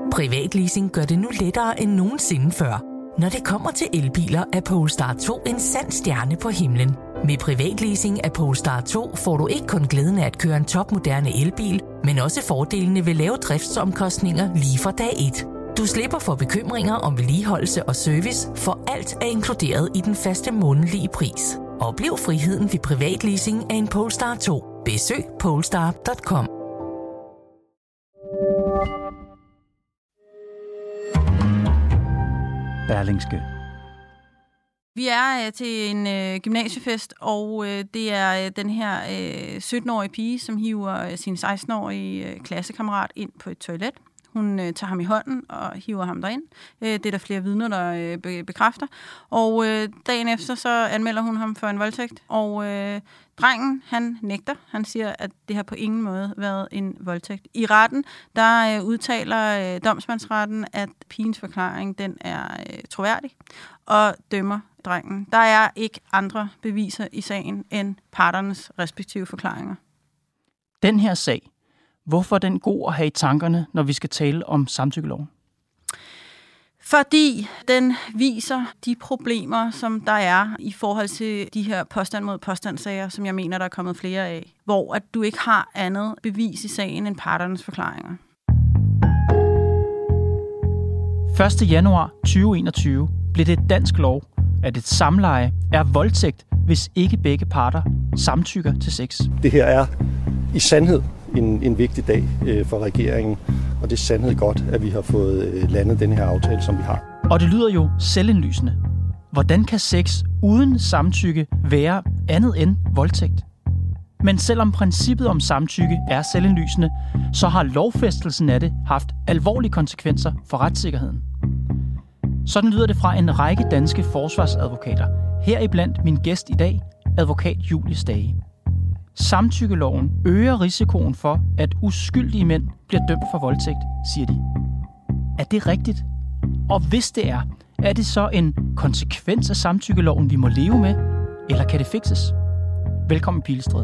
Privatleasing gør det nu lettere end nogensinde før. Når det kommer til elbiler, er Polestar 2 en sand stjerne på himlen. Med privatleasing af Polestar 2 får du ikke kun glæden af at køre en topmoderne elbil, men også fordelene ved lave driftsomkostninger lige fra dag 1. Du slipper for bekymringer om vedligeholdelse og service, for alt er inkluderet i den faste månedlige pris. Oplev friheden ved privatleasing af en Polestar 2. Besøg polestar.com. Berlingske. Vi er til en gymnasiefest, og det er den her 17-årige pige, som hiver sin 16-årige klassekammerat ind på et toilet. Hun tager ham i hånden og hiver ham derind. Det er der flere vidner, der bekræfter. Og dagen efter så anmelder hun ham for en voldtægt. Og drengen, han nægter. Han siger, at det har på ingen måde været en voldtægt. I retten, der udtaler domsmandsretten, at pigens forklaring, den er troværdig, og dømmer drengen. Der er ikke andre beviser i sagen end parternes respektive forklaringer. Den her sag, hvorfor er den god at have i tankerne, når vi skal tale om samtykkeloven? Fordi den viser de problemer, som der er i forhold til de her påstand mod påstandssager, som jeg mener, der er kommet flere af, hvor at du ikke har andet bevis i sagen end parternes forklaringer. 1. januar 2021 blev det dansk lov, at et samleje er voldtægt, hvis ikke begge parter samtykker til sex. Det her er i sandhed en vigtig dag for regeringen, og det er sandhed godt, at vi har fået landet den her aftale, som vi har. Og det lyder jo selvindlysende. Hvordan kan sex uden samtykke være andet end voldtægt? Men selvom princippet om samtykke er selvindlysende, så har lovfæstelsen af det haft alvorlige konsekvenser for retssikkerheden. Sådan lyder det fra en række danske forsvarsadvokater. Heriblandt min gæst i dag, advokat Julie Stage. Samtykkeloven øger risikoen for, at uskyldige mænd bliver dømt for voldtægt, siger de. Er det rigtigt? Og hvis det er det så en konsekvens af samtykkeloven, vi må leve med? Eller kan det fikses? Velkommen i Pilestræde.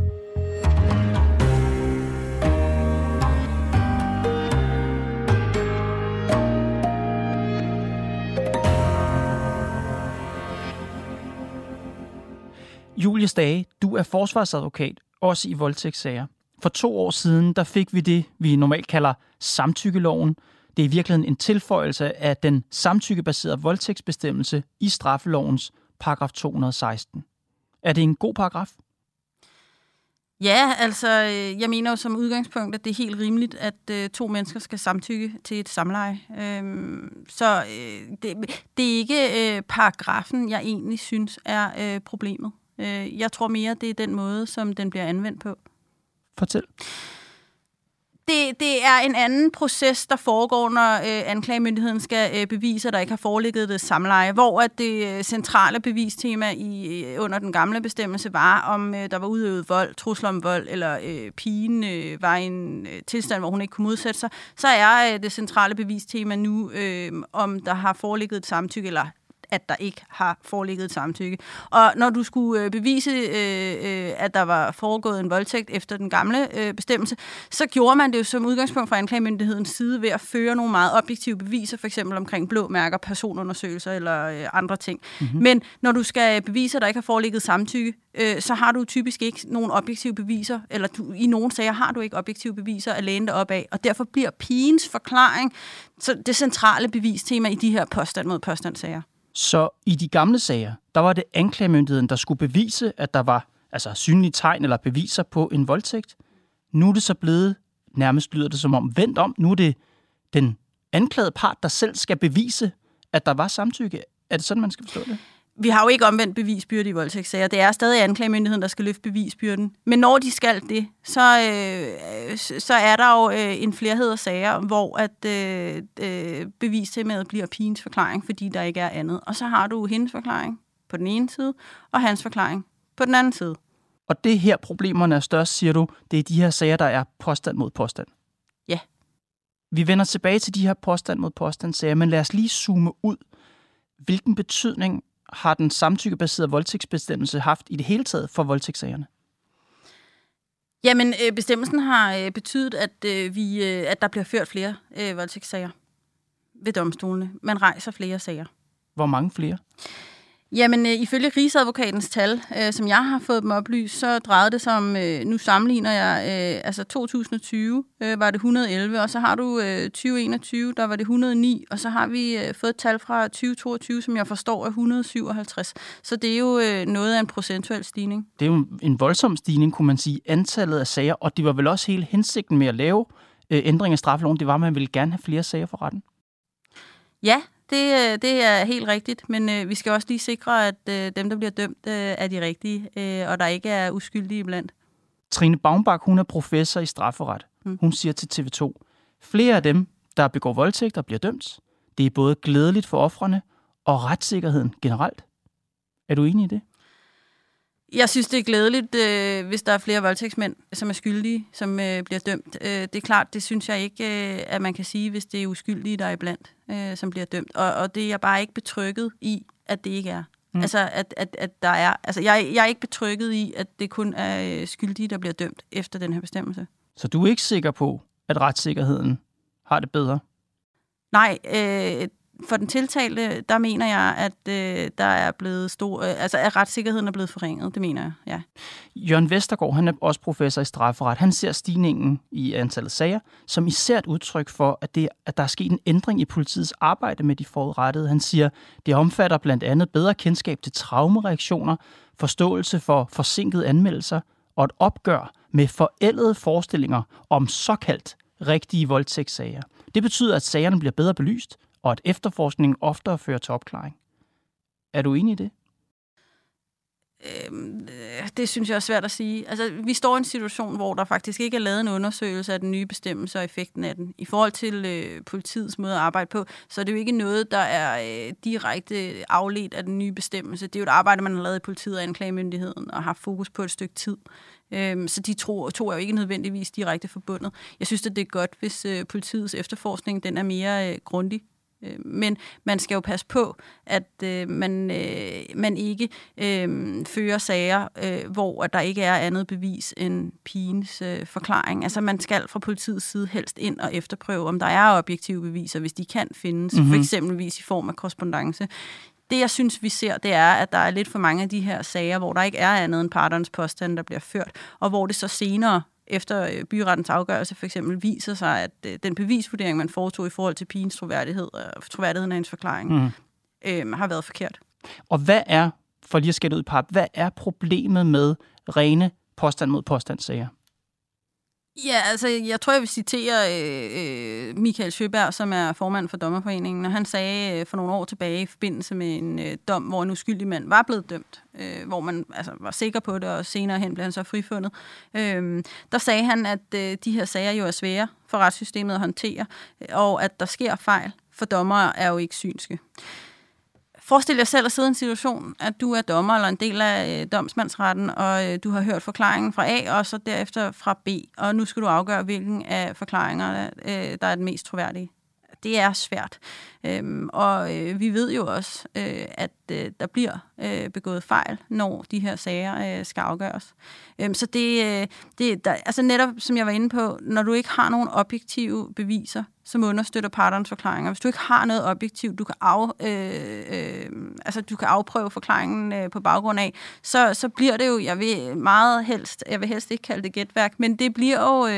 Julie Stage, du er forsvarsadvokat, også i voldtægtssager. For 2 år siden, der fik vi det, vi normalt kalder samtykkeloven. Det er i virkeligheden en tilføjelse af den samtykkebaserede voldtægtsbestemmelse i straffelovens paragraf 216. Er det en god paragraf? Ja, altså, jeg mener jo som udgangspunkt, at det er helt rimeligt, at 2 mennesker skal samtykke til et samleje. Så det er ikke paragrafen, jeg egentlig synes er problemet. Jeg tror mere, det er den måde, som den bliver anvendt på. Fortæl. Det er en anden proces, der foregår, når anklagemyndigheden skal bevise, at der ikke har foreligget det samleje, hvor at det centrale bevistema under den gamle bestemmelse var, om der var udøvet vold, trusler om vold, eller pigen var i en tilstand, hvor hun ikke kunne modsætte sig. Så er det centrale bevistema nu, om der har foreligget et samtykke, eller at der ikke har foreligget et samtykke. Og når du skulle bevise, at der var foregået en voldtægt efter den gamle bestemmelse, så gjorde man det jo som udgangspunkt fra anklagemyndighedens side ved at føre nogle meget objektive beviser, for eksempel omkring blå mærker, personundersøgelser eller andre ting. Mm-hmm. Men når du skal bevise, at der ikke har foreligget samtykke, så har du typisk ikke nogen objektive beviser, eller i nogle sager har du ikke objektive beviser at læne dig op af, og derfor bliver pigens forklaring så det centrale bevistema i de her påstand mod påstandssager. Så i de gamle sager, der var det anklagemyndigheden, der skulle bevise, at der var synlige tegn eller beviser på en voldtægt. Nu er det så blevet, nærmest lyder det som om, vendt om. Nu er det den anklagede part, der selv skal bevise, at der var samtykke. Er det sådan, man skal forstå det? Vi har jo ikke omvendt bevisbyrde i voldtægtssager. Det er stadig anklagemyndigheden, der skal løfte bevisbyrden. Men når de skal det, så er der jo en flerhed af sager, hvor at bevistemaet bliver pigens forklaring, fordi der ikke er andet. Og så har du hendes forklaring på den ene side, og hans forklaring på den anden side. Og det her problemerne er størst, siger du, det er de her sager, der er påstand mod påstand. Ja. Vi vender tilbage til de her påstand mod påstand-sager, men lad os lige zoome ud. Hvilken betydning har den samtykkebaserede voldtægtsbestemmelse haft i det hele taget for voldtægtssagerne? Jamen, bestemmelsen har betydet, at der bliver ført flere voldtægtssager. ved domstolene. Man rejser flere sager. Hvor mange flere? Jamen, ifølge Rigsadvokatens tal, som jeg har fået dem oplyst, så drejede det sig om, nu sammenligner jeg, altså 2020 var det 111, og så har du 2021, der var det 109, og så har vi fået et tal fra 2022, som jeg forstår er 157. Så det er jo noget af en procentuel stigning. Det er jo en voldsom stigning, kunne man sige, antallet af sager, og det var vel også hele hensigten med at lave ændring af straffeloven, det var, at man ville gerne have flere sager for retten. Ja, det er helt rigtigt, men vi skal også lige sikre, at dem, der bliver dømt, er de rigtige, og der ikke er uskyldige iblandt. Trine Baumbach, hun er professor i strafferet. Hun siger til TV2, flere af dem, der begår voldtægt og bliver dømt, det er både glædeligt for ofrene og retssikkerheden generelt. Er du enig i det? Jeg synes, det er glædeligt, hvis der er flere voldtægtsmænd, som er skyldige, som bliver dømt. Det er klart, det synes jeg ikke, at man kan sige, hvis det er uskyldige, der er iblandt, som bliver dømt. Og det er jeg bare ikke betrygget i, at det ikke er. Altså, at der er. Altså, jeg er ikke betrygget i, at det kun er skyldige, der bliver dømt efter den her bestemmelse. Så du er ikke sikker på, at retssikkerheden har det bedre? Nej, for den tiltalte, der mener jeg, at der er blevet at retssikkerheden er blevet forringet. Det mener jeg, ja. Jørgen Vestergaard, han er også professor i strafferet. Han ser stigningen i antallet sager som især et udtryk for, at der er sket en ændring i politiets arbejde med de forudrettede. Han siger, det omfatter blandt andet bedre kendskab til traumereaktioner, forståelse for forsinkede anmeldelser og et opgør med forældede forestillinger om såkaldt rigtige voldtægtssager. Det betyder, at sagerne bliver bedre belyst, og at efterforskningen oftere fører til opklaring. Er du enig i det? Det synes jeg er svært at sige. Altså, vi står i en situation, hvor der faktisk ikke er lavet en undersøgelse af den nye bestemmelse og effekten af den. I forhold til politiets måde at arbejde på, så er det jo ikke noget, der er direkte afledt af den nye bestemmelse. Det er jo et arbejde, man har lavet i politiet og anklagemyndigheden og har fokus på et stykke tid. Så de to er jo ikke nødvendigvis direkte forbundet. Jeg synes, at det er godt, hvis politiets efterforskning den er mere grundig. Men man skal jo passe på, at man ikke fører sager, hvor der ikke er andet bevis end pigens forklaring. Altså man skal fra politiets side helst ind og efterprøve, om der er objektive beviser, hvis de kan findes, for eksempelvis i form af korrespondance. Det, jeg synes, vi ser, det er, at der er lidt for mange af de her sager, hvor der ikke er andet end parternes påstand, der bliver ført, og hvor det så senere efter byrettens afgørelse for eksempel viser sig, at den bevisvurdering, man foretog i forhold til pigens troværdighed og troværdigheden af hendes forklaring, har været forkert. Og hvad er, for lige at skætte ud i pap, hvad er problemet med rene påstand mod påstandssager? Ja, altså, jeg tror, jeg vil citere Michael Sjøberg, som er formand for Dommerforeningen, og han sagde for nogle år tilbage i forbindelse med en dom, hvor en uskyldig mand var blevet dømt, hvor man altså var sikker på det, og senere hen blev han så frifundet. Der sagde han, at de her sager jo er svære for retssystemet at håndtere, og at der sker fejl, for dommere er jo ikke synske. Forestil jer selv at sidde i en situation, at du er dommer eller en del af domsmandsretten, og du har hørt forklaringen fra A, og så derefter fra B, og nu skal du afgøre, hvilken af forklaringerne, der er den mest troværdige. Det er svært. Og vi ved jo også, at der bliver begået fejl, når de her sager skal afgøres. Så altså netop, som jeg var inde på, når du ikke har nogen objektive beviser, som understøtter parternes forklaringer. Hvis du ikke har noget objektivt, du kan afprøve forklaringen på baggrund af, så bliver det jo, jeg vil helst ikke kalde det gætværk, men det bliver jo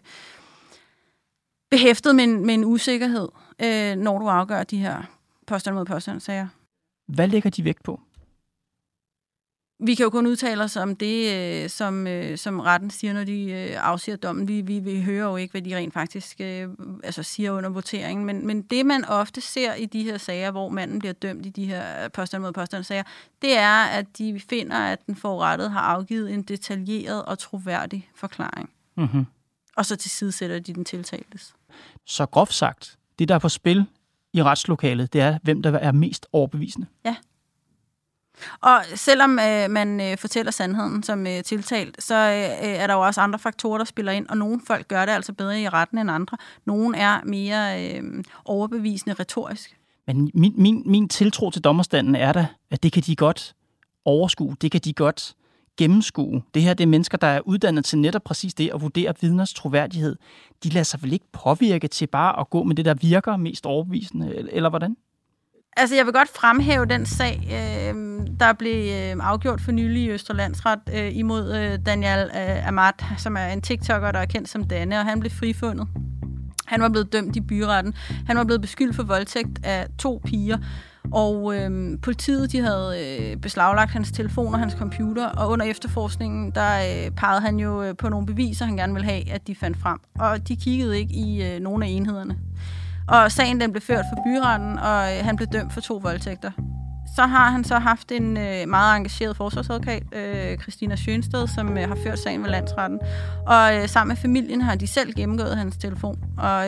behæftet med en usikkerhed, når du afgør de her påstand mod påstandssager. Hvad lægger de vægt på? Vi kan jo kun udtale os om det, som retten siger, når de afsiger dommen. Vi hører jo ikke, hvad de rent faktisk siger under voteringen. Men det, man ofte ser i de her sager, hvor manden bliver dømt i de her påstand mod påstandssager, det er, at de finder, at den forurettede har afgivet en detaljeret og troværdig forklaring. Mm-hmm. Og så tilsidesætter de den tiltaltes. Så groft sagt, det der er på spil i retslokalet, det er, hvem der er mest overbevisende. Ja. Og selvom man fortæller sandheden som tiltalt, så er der jo også andre faktorer, der spiller ind, og nogle folk gør det altså bedre i retten end andre. Nogle er mere overbevisende retorisk. Men min tiltro til dommerstanden er da, at det kan de godt overskue, det kan de godt gennemskue. Det her det er mennesker, der er uddannet til netop præcis det at vurdere vidners troværdighed. De lader sig vel ikke påvirke til bare at gå med det, der virker mest overbevisende, eller hvordan? Altså, jeg vil godt fremhæve den sag, der blev afgjort for nylig i Østre Landsret imod Daniel Ahmad, som er en TikToker, der er kendt som Danne, og han blev frifundet. Han var blevet dømt i byretten. Han var blevet beskyldt for voldtægt af 2 piger, og politiet de havde beslaglagt hans telefon og hans computer, og under efterforskningen, der pegede han jo på nogle beviser, han gerne ville have, at de fandt frem. Og de kiggede ikke i nogen af enhederne. Og sagen den blev ført for byretten, og han blev dømt for 2 voldtægter. Så har han så haft en meget engageret forsvarsadvokat, Christina Sjønsted, som har ført sagen ved landsretten. Og sammen med familien har de selv gennemgået hans telefon. Og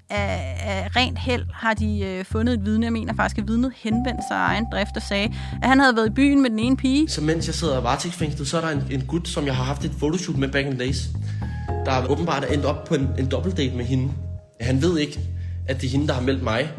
af rent held har de fundet et vidne. Jeg mener faktisk, at vidnet henvendte sig af egen drift og sagde, at han havde været i byen med den ene pige. Så mens jeg sidder varetægtsfængslet, så er der en gut, som jeg har haft et photoshoot med back in days, der åbenbart er endt op på en dobbeltdate med hende. Han ved ikke, at det er hende, der har meldt mig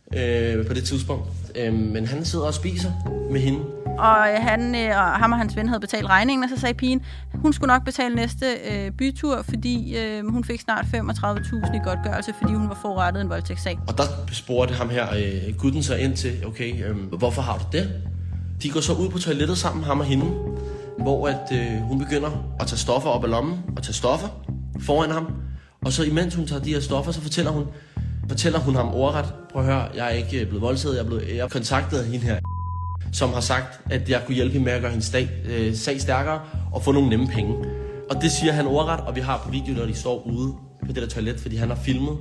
på det tidspunkt. Men han sidder og spiser med hende. Og ham og hans ven havde betalt regningen, og så sagde pigen, hun skulle nok betale næste bytur, fordi hun fik snart 35.000 i godtgørelse, fordi hun var forurettet en voldtægtssag. Og der spurgte ham her, gutten så ind til, okay, hvorfor har du det? De går så ud på toilettet sammen, ham og hende, hvor at, hun begynder at tage stoffer op af lommen, og tage stoffer foran ham. Og så imens hun tager de her stoffer, så fortæller hun ham ordret, prøv at høre, jeg er ikke blevet voldtaget, jeg kontaktede hende her, som har sagt, at jeg kunne hjælpe hende med at gøre hendes sag stærkere og få nogle nemme penge. Og det siger han ordret, og vi har på video, når de står ude på det der toilet, fordi han har filmet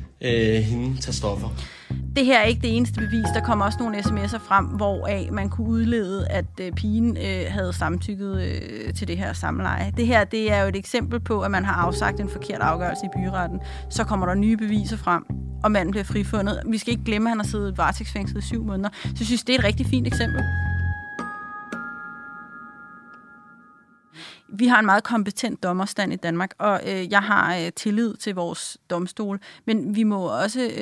hende tage stoffer. Det her er ikke det eneste bevis. Der kommer også nogle sms'er frem, hvoraf man kunne udlede, at pigen havde samtykket til det her samleje. Det her det er jo et eksempel på, at man har afsagt en forkert afgørelse i byretten. Så kommer der nye beviser frem, og manden bliver frifundet. Vi skal ikke glemme, at han har siddet varetægtsfængslet i 7 måneder. Så jeg synes, det er et rigtig fint eksempel. Vi har en meget kompetent dommerstand i Danmark, og jeg har tillid til vores domstole, men vi må også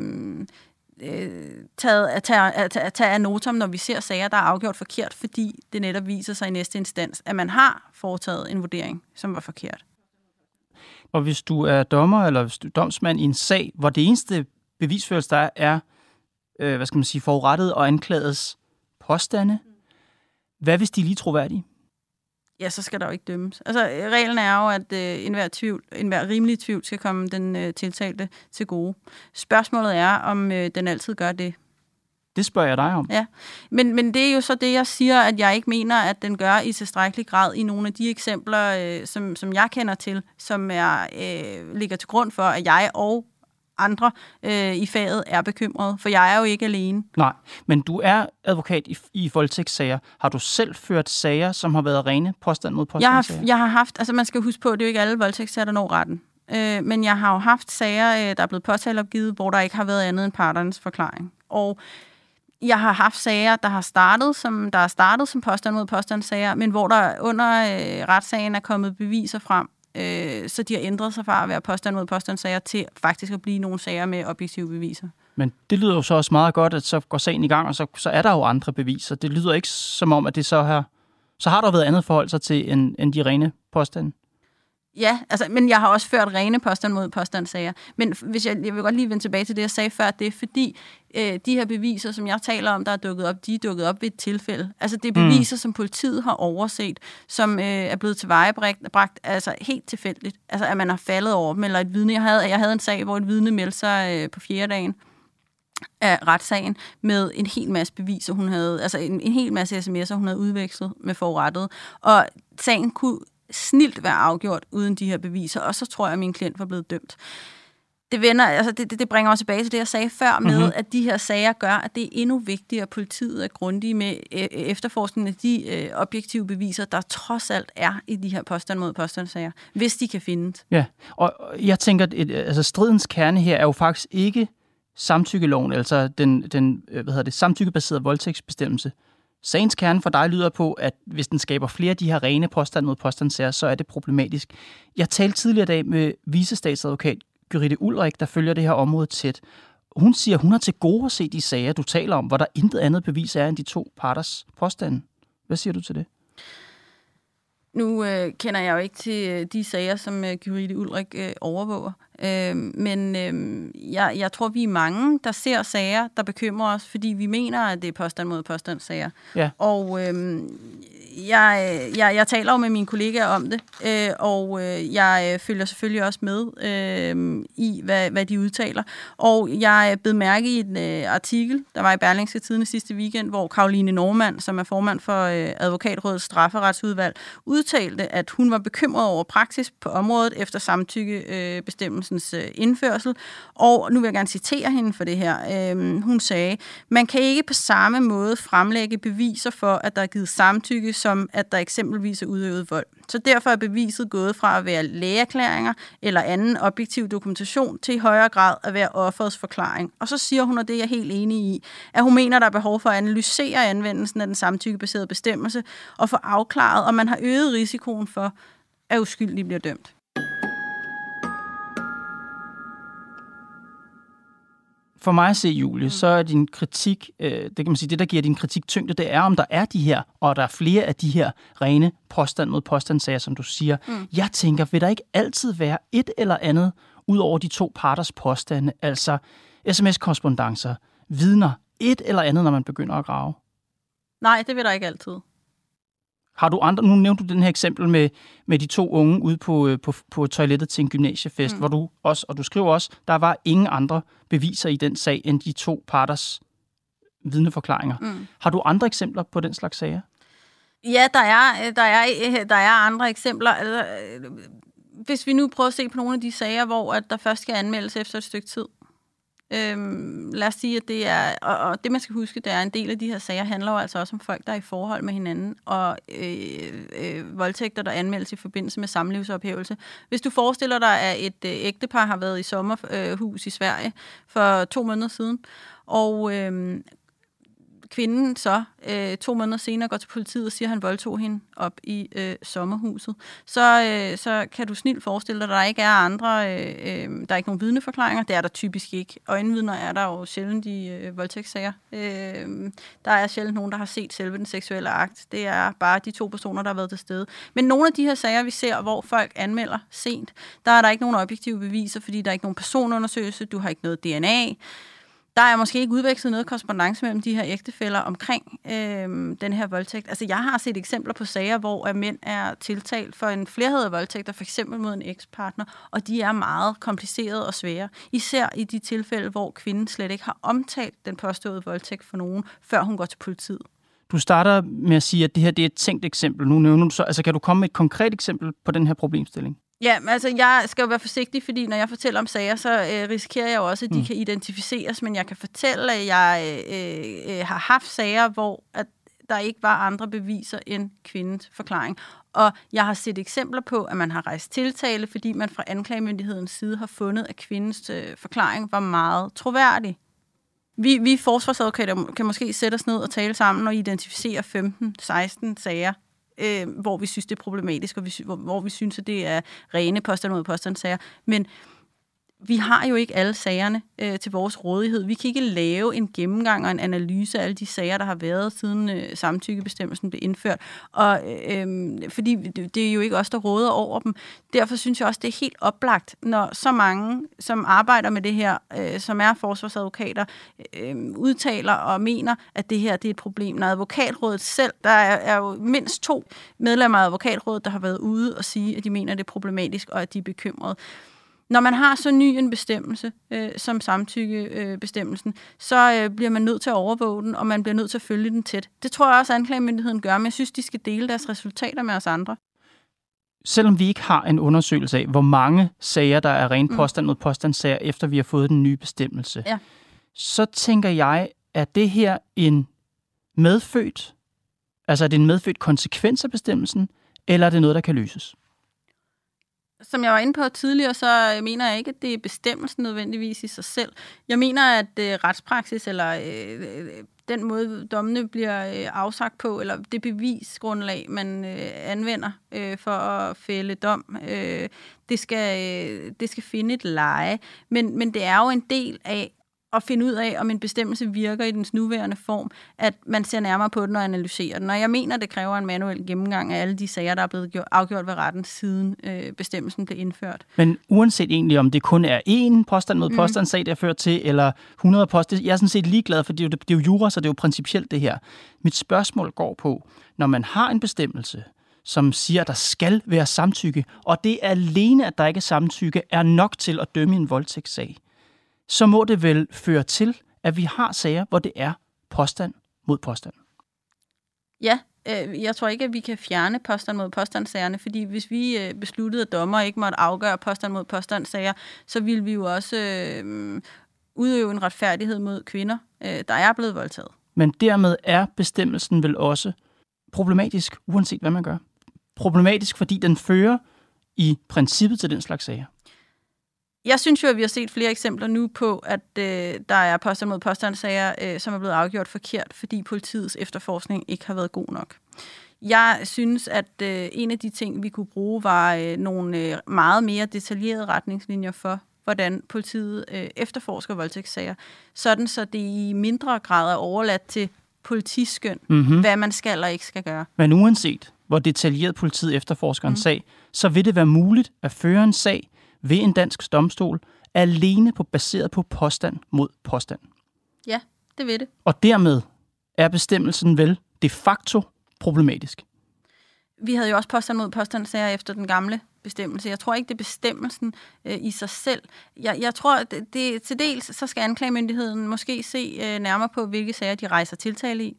tage af notam, når vi ser sager, der er afgjort forkert, fordi det netop viser sig i næste instans, at man har foretaget en vurdering, som var forkert. Og hvis du er dommer eller hvis du er domsmand i en sag, hvor det eneste bevisførelse, der er forurettet og anklagets påstande, hvad hvis de er lige troværdige? Ja, så skal der jo ikke dømmes. Altså, reglen er jo, at enhver rimelig tvivl skal komme den tiltalte til gode. Spørgsmålet er, om den altid gør det. Det spørger jeg dig om. Ja, men det er jo så det, jeg siger, at jeg ikke mener, at den gør i tilstrækkelig grad i nogle af de eksempler, som jeg kender til, som ligger til grund for, at jeg og andre i faget er bekymrede, for jeg er jo ikke alene. Nej, men du er advokat i voldtægtssager. Har du selv ført sager, som har været rene påstand mod påstandssager? Jeg har haft, altså man skal huske på, at det er jo ikke alle voldtægtssager, der når retten. Men jeg har jo haft sager, der er blevet påtaleopgivet, hvor der ikke har været andet end parternes forklaring. Og jeg har haft sager, der er startet som påstand mod påstandssager, men hvor der under retssagen er kommet beviser frem, så de har ændret sig fra at være påstand mod påstandssager til faktisk at blive nogle sager med objektive beviser. Men det lyder jo så også meget godt, at så går sagen i gang, og så er der jo andre beviser. Det lyder ikke som om, at det så har der været andet forhold sig til end de rene påstande. Ja, altså, men jeg har også ført rene påstand mod påstandssager. Men jeg vil godt lige vende tilbage til det, jeg sagde før, det er fordi de her beviser, som jeg taler om, der er dukket op, de er dukket op ved et tilfælde. Altså det er beviser, som politiet har overset, som er blevet tilvejebragt, altså helt tilfældigt. Altså at man har faldet over dem, eller et vidne. Jeg havde en sag, hvor et vidne meldte sig på 4. dagen af retssagen med en hel masse beviser, hun havde, altså en hel masse sms'er, hun havde udvekslet med forurettede. Og sagen kunne snilt være afgjort uden de her beviser, og så tror jeg, at min klient var blevet dømt. Det bringer mig tilbage til det, jeg sagde før med, at de her sager gør, at det er endnu vigtigere, at politiet er grundige med efterforskningen af de objektive beviser, der trods alt er i de her påstand mod påstandssager, hvis de kan findes. Ja, og jeg tænker, at stridens kerne her er jo faktisk ikke samtykkeloven, altså den samtykkebaserede voldtægtsbestemmelse. Sagens kerne for dig lyder på, at hvis den skaber flere af de her rene påstand mod påstandssager, så er det problematisk. Jeg talte tidligere i dag med vicestatsadvokat Gyrithe Ulrik, der følger det her område tæt. Hun siger, at hun har til gode at se de sager, du taler om, hvor der intet andet bevis er end de 2 parters påstande. Hvad siger du til det? Nu kender jeg jo ikke til de sager, som Gyrithe Ulrik overvåger. Men jeg tror, vi er mange, der ser sager, der bekymrer os, fordi vi mener, at det er påstand mod påstandssager. Ja. Og jeg taler jo med mine kollegaer om det, og jeg følger selvfølgelig også med i, hvad de udtaler. Og jeg bed mærke i en artikel, der var i Berlingske Tidende sidste weekend, hvor Caroline Normann, som er formand for Advokatrådets strafferetsudvalg, udtalte, at hun var bekymret over praksis på området efter samtykkebestemmelsens indførsel. Og nu vil jeg gerne citere hende for det her. Hun sagde, man kan ikke på samme måde fremlægge beviser for, at der er givet samtykke, som at der eksempelvis er udøvet vold. Så derfor er beviset gået fra at være lægeerklæringer eller anden objektiv dokumentation til i højere grad at være offerets forklaring. Og så siger hun, og det er jeg helt enig i, at hun mener, der er behov for at analysere anvendelsen af den samtykkebaserede bestemmelse og få afklaret, om man har øget risikoen for, at uskyldige bliver dømt. For mig at se, Julie, så er din kritik, det kan man sige, det der giver din kritik tyngde, det er, om der er de her, og der er flere af de her rene påstand mod påstandssager, som du siger. Jeg tænker, vil der ikke altid være et eller andet, ud over de to parters påstande, altså sms-korrespondancer, vidner, et eller andet, når man begynder at grave? Nej, det vil der ikke altid. Har du andre, nu nævnte du den her eksempel med de to unge ude på toilettet til en gymnasiefest, hvor du også, og du skriver også, der var ingen andre beviser i den sag, end de to parters vidneforklaringer. Har du andre eksempler på den slags sager? Ja, der er andre eksempler. Altså, hvis vi nu prøver at se på nogle af de sager, hvor at der først skal anmeldes efter et stykke tid. Lad os sige, at det er, og det man skal huske, det er, en del af de her sager handler jo altså også om folk, der er i forhold med hinanden, og voldtægter, der anmeldes i forbindelse med samlivsophævelse. Hvis du forestiller dig, at et ægtepar har været i sommerhus i Sverige for 2 måneder siden, og kvinden så 2 måneder senere går til politiet og siger, at han voldtog hende op i sommerhuset, så kan du snilt forestille dig, at der ikke er andre, der er ikke nogen vidneforklaringer. Det er der typisk ikke. Øjenvidner er der jo sjældent i voldtægtssager. Der er sjældent nogen, der har set selve den seksuelle akt. Det er bare de 2 personer, der har været til stede. Men nogle af de her sager, vi ser, hvor folk anmelder sent, der er der ikke nogen objektive beviser, fordi der er ikke nogen personundersøgelse, du har ikke noget DNA. Der er måske ikke udvekslet noget korrespondance mellem de her ægtefæller omkring den her voldtægt. Altså, jeg har set eksempler på sager, hvor mænd er tiltalt for en flerhed af voldtægter, for eksempel mod en ekspartner, og de er meget komplicerede og svære. Især i de tilfælde, hvor kvinden slet ikke har omtalt den påståede voldtægt for nogen, før hun går til politiet. Du starter med at sige, at det her det er et tænkt eksempel. Nu nævner du så, altså kan du komme med et konkret eksempel på den her problemstilling? Ja, altså jeg skal jo være forsigtig, fordi når jeg fortæller om sager, så risikerer jeg jo også, at de kan identificeres, men jeg kan fortælle, at jeg har haft sager, hvor at der ikke var andre beviser end kvindens forklaring. Og jeg har set eksempler på, at man har rejst tiltale, fordi man fra anklagemyndighedens side har fundet, at kvindens forklaring var meget troværdig. Vi forsvarsadvokater kan måske sætte os ned og tale sammen og identificere 15-16 sager, hvor vi synes, det er problematisk, og hvor vi synes, at det er rene påstand mod påstandssager. Men vi har jo ikke alle sagerne til vores rådighed. Vi kan ikke lave en gennemgang og en analyse af alle de sager, der har været siden samtykkebestemmelsen blev indført. Og fordi det er jo ikke os, der råder over dem. Derfor synes jeg også, det er helt oplagt, når så mange, som arbejder med det her, som er forsvarsadvokater, udtaler og mener, at det her det er et problem. Når Advokatrådet selv, der er jo mindst 2 medlemmer af Advokatrådet, der har været ude og sige, at de mener, at det er problematisk, og at de er bekymrede. Når man har så ny en bestemmelse som samtykkebestemmelsen, så bliver man nødt til at overvåge den, og man bliver nødt til at følge den tæt. Det tror jeg også, at anklagemyndigheden gør, men jeg synes, de skal dele deres resultater med os andre. Selvom vi ikke har en undersøgelse af, hvor mange sager, der er ren påstand mod påstandssager, efter vi har fået den nye bestemmelse, så tænker jeg, at det her en medfødt, altså er det en medfødt konsekvens af bestemmelsen, eller er det noget, der kan løses? Som jeg var inde på tidligere, så mener jeg ikke, at det er bestemmelsen nødvendigvis i sig selv. Jeg mener, at retspraksis eller den måde, dommene bliver afsagt på, eller det bevisgrundlag, man anvender for at fælde dom, det skal finde et leje. Men det er jo en del af at finde ud af, om en bestemmelse virker i dens nuværende form, at man ser nærmere på den og analyserer den. Og jeg mener, det kræver en manuel gennemgang af alle de sager, der er blevet afgjort ved retten, siden bestemmelsen blev indført. Men uanset egentlig, om det kun er én påstand mod påstandssag, der er ført til, eller 100 påstand, jeg er sådan set ligeglad, for det er jo jura, så det er jo principielt det her. Mit spørgsmål går på, når man har en bestemmelse, som siger, at der skal være samtykke, og det alene, at der ikke er samtykke, er nok til at dømme en voldtægtssag, så må det vel føre til, at vi har sager, hvor det er påstand mod påstand. Ja, jeg tror ikke, at vi kan fjerne påstand mod påstandssagerne, fordi hvis vi besluttede, at dommer ikke måtte afgøre påstand mod påstandssager, så ville vi jo også udøve en retfærdighed mod kvinder, der er blevet voldtaget. Men dermed er bestemmelsen vel også problematisk, uanset hvad man gør. Problematisk, fordi den fører i princippet til den slags sager. Jeg synes jo, at vi har set flere eksempler nu på, at der er påstand mod påstandssager, som er blevet afgjort forkert, fordi politiets efterforskning ikke har været god nok. Jeg synes, at en af de ting, vi kunne bruge, var nogle meget mere detaljerede retningslinjer for, hvordan politiet efterforsker voldtægtssager, sådan så det i mindre grad er overladt til politiskøn, hvad man skal og ikke skal gøre. Men uanset hvor detaljeret politiet efterforsker en sag, så vil det være muligt at føre en sag ved en dansk domstol, alene baseret på påstand mod påstand. Ja, det vil det. Og dermed er bestemmelsen vel de facto problematisk. Vi havde jo også påstand mod påstandssager efter den gamle bestemmelse. Jeg tror ikke, det er bestemmelsen i sig selv. Jeg tror, det til dels, så skal anklagemyndigheden måske se nærmere på, hvilke sager de rejser tiltale i.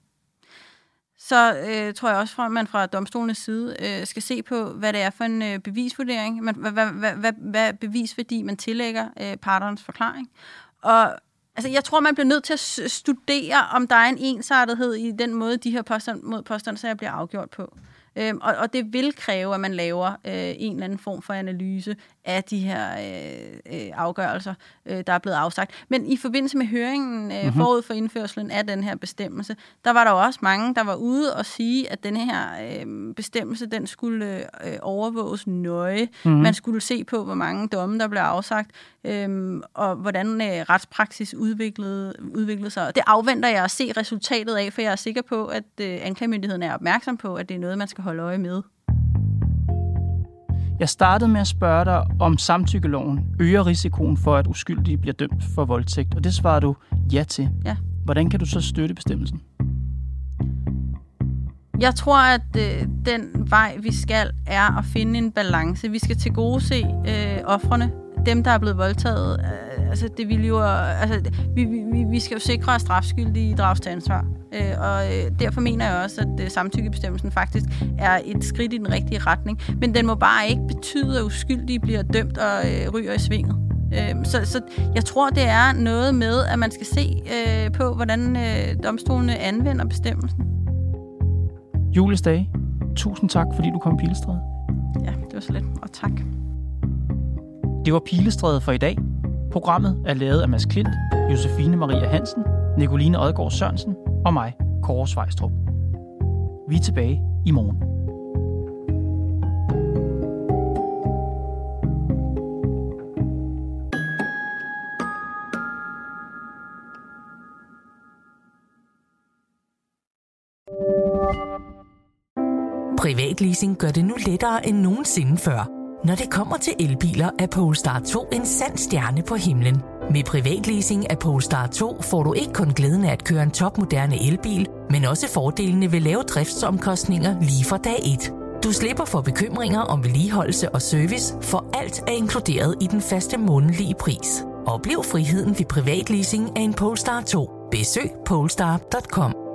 Så tror jeg også, at man fra domstolenes side skal se på, hvad det er for en bevisvurdering, hvad bevisværdi man tillægger parternes forklaring. Og altså, jeg tror, man bliver nødt til at studere, om der er en ensartethed i den måde, de her påstand mod påstandssager bliver afgjort på. Og det vil kræve, at man laver en eller anden form for analyse af de her afgørelser, der er blevet afsagt. Men i forbindelse med høringen forud for indførslen af den her bestemmelse, der var der jo også mange, der var ude og sige, at den her bestemmelse, den skulle overvåges nøje. Man skulle se på, hvor mange domme, der blev afsagt, og hvordan retspraksis udviklede sig. Det afventer jeg at se resultatet af, for jeg er sikker på, at anklagemyndigheden er opmærksom på, at det er noget, man skal holde øje med. Jeg startede med at spørge dig, om samtykkeloven øger risikoen for, at uskyldige bliver dømt for voldtægt, og det svarede du ja til. Ja. Hvordan kan du så støtte bestemmelsen? Jeg tror, at den vej, vi skal, er at finde en balance. Vi skal tilgodese ofrene, dem, der er blevet voldtaget. Altså, det vil jo, altså, vi skal jo sikre, at strafskyldige drages til ansvar. Og derfor mener jeg også, at samtykkebestemmelsen faktisk er et skridt i den rigtige retning. Men den må bare ikke betyde, at uskyldige bliver dømt og ryger i svinget. Så jeg tror, det er noget med, at man skal se på, hvordan domstolene anvender bestemmelsen. Julie Stage, tusind tak, fordi du kom i Pilestræde. Ja, det var så lidt. Og tak. Det var Pilestræde for i dag. Programmet er lavet af Mads Klint, Josefine Maria Hansen, Nicoline Odgaard Sørensen og mig, Kåre Svejstrup. Vi er tilbage i morgen. Privatleasing gør det nu lettere end nogensinde før. Når det kommer til elbiler, er Polestar 2 en sand stjerne på himlen. Med privatleasing af Polestar 2 får du ikke kun glæden af at køre en topmoderne elbil, men også fordelene ved lave driftsomkostninger lige fra dag 1. Du slipper for bekymringer om vedligeholdelse og service, for alt er inkluderet i den faste månedlige pris. Oplev friheden ved privatleasing af en Polestar 2. Besøg polestar.com.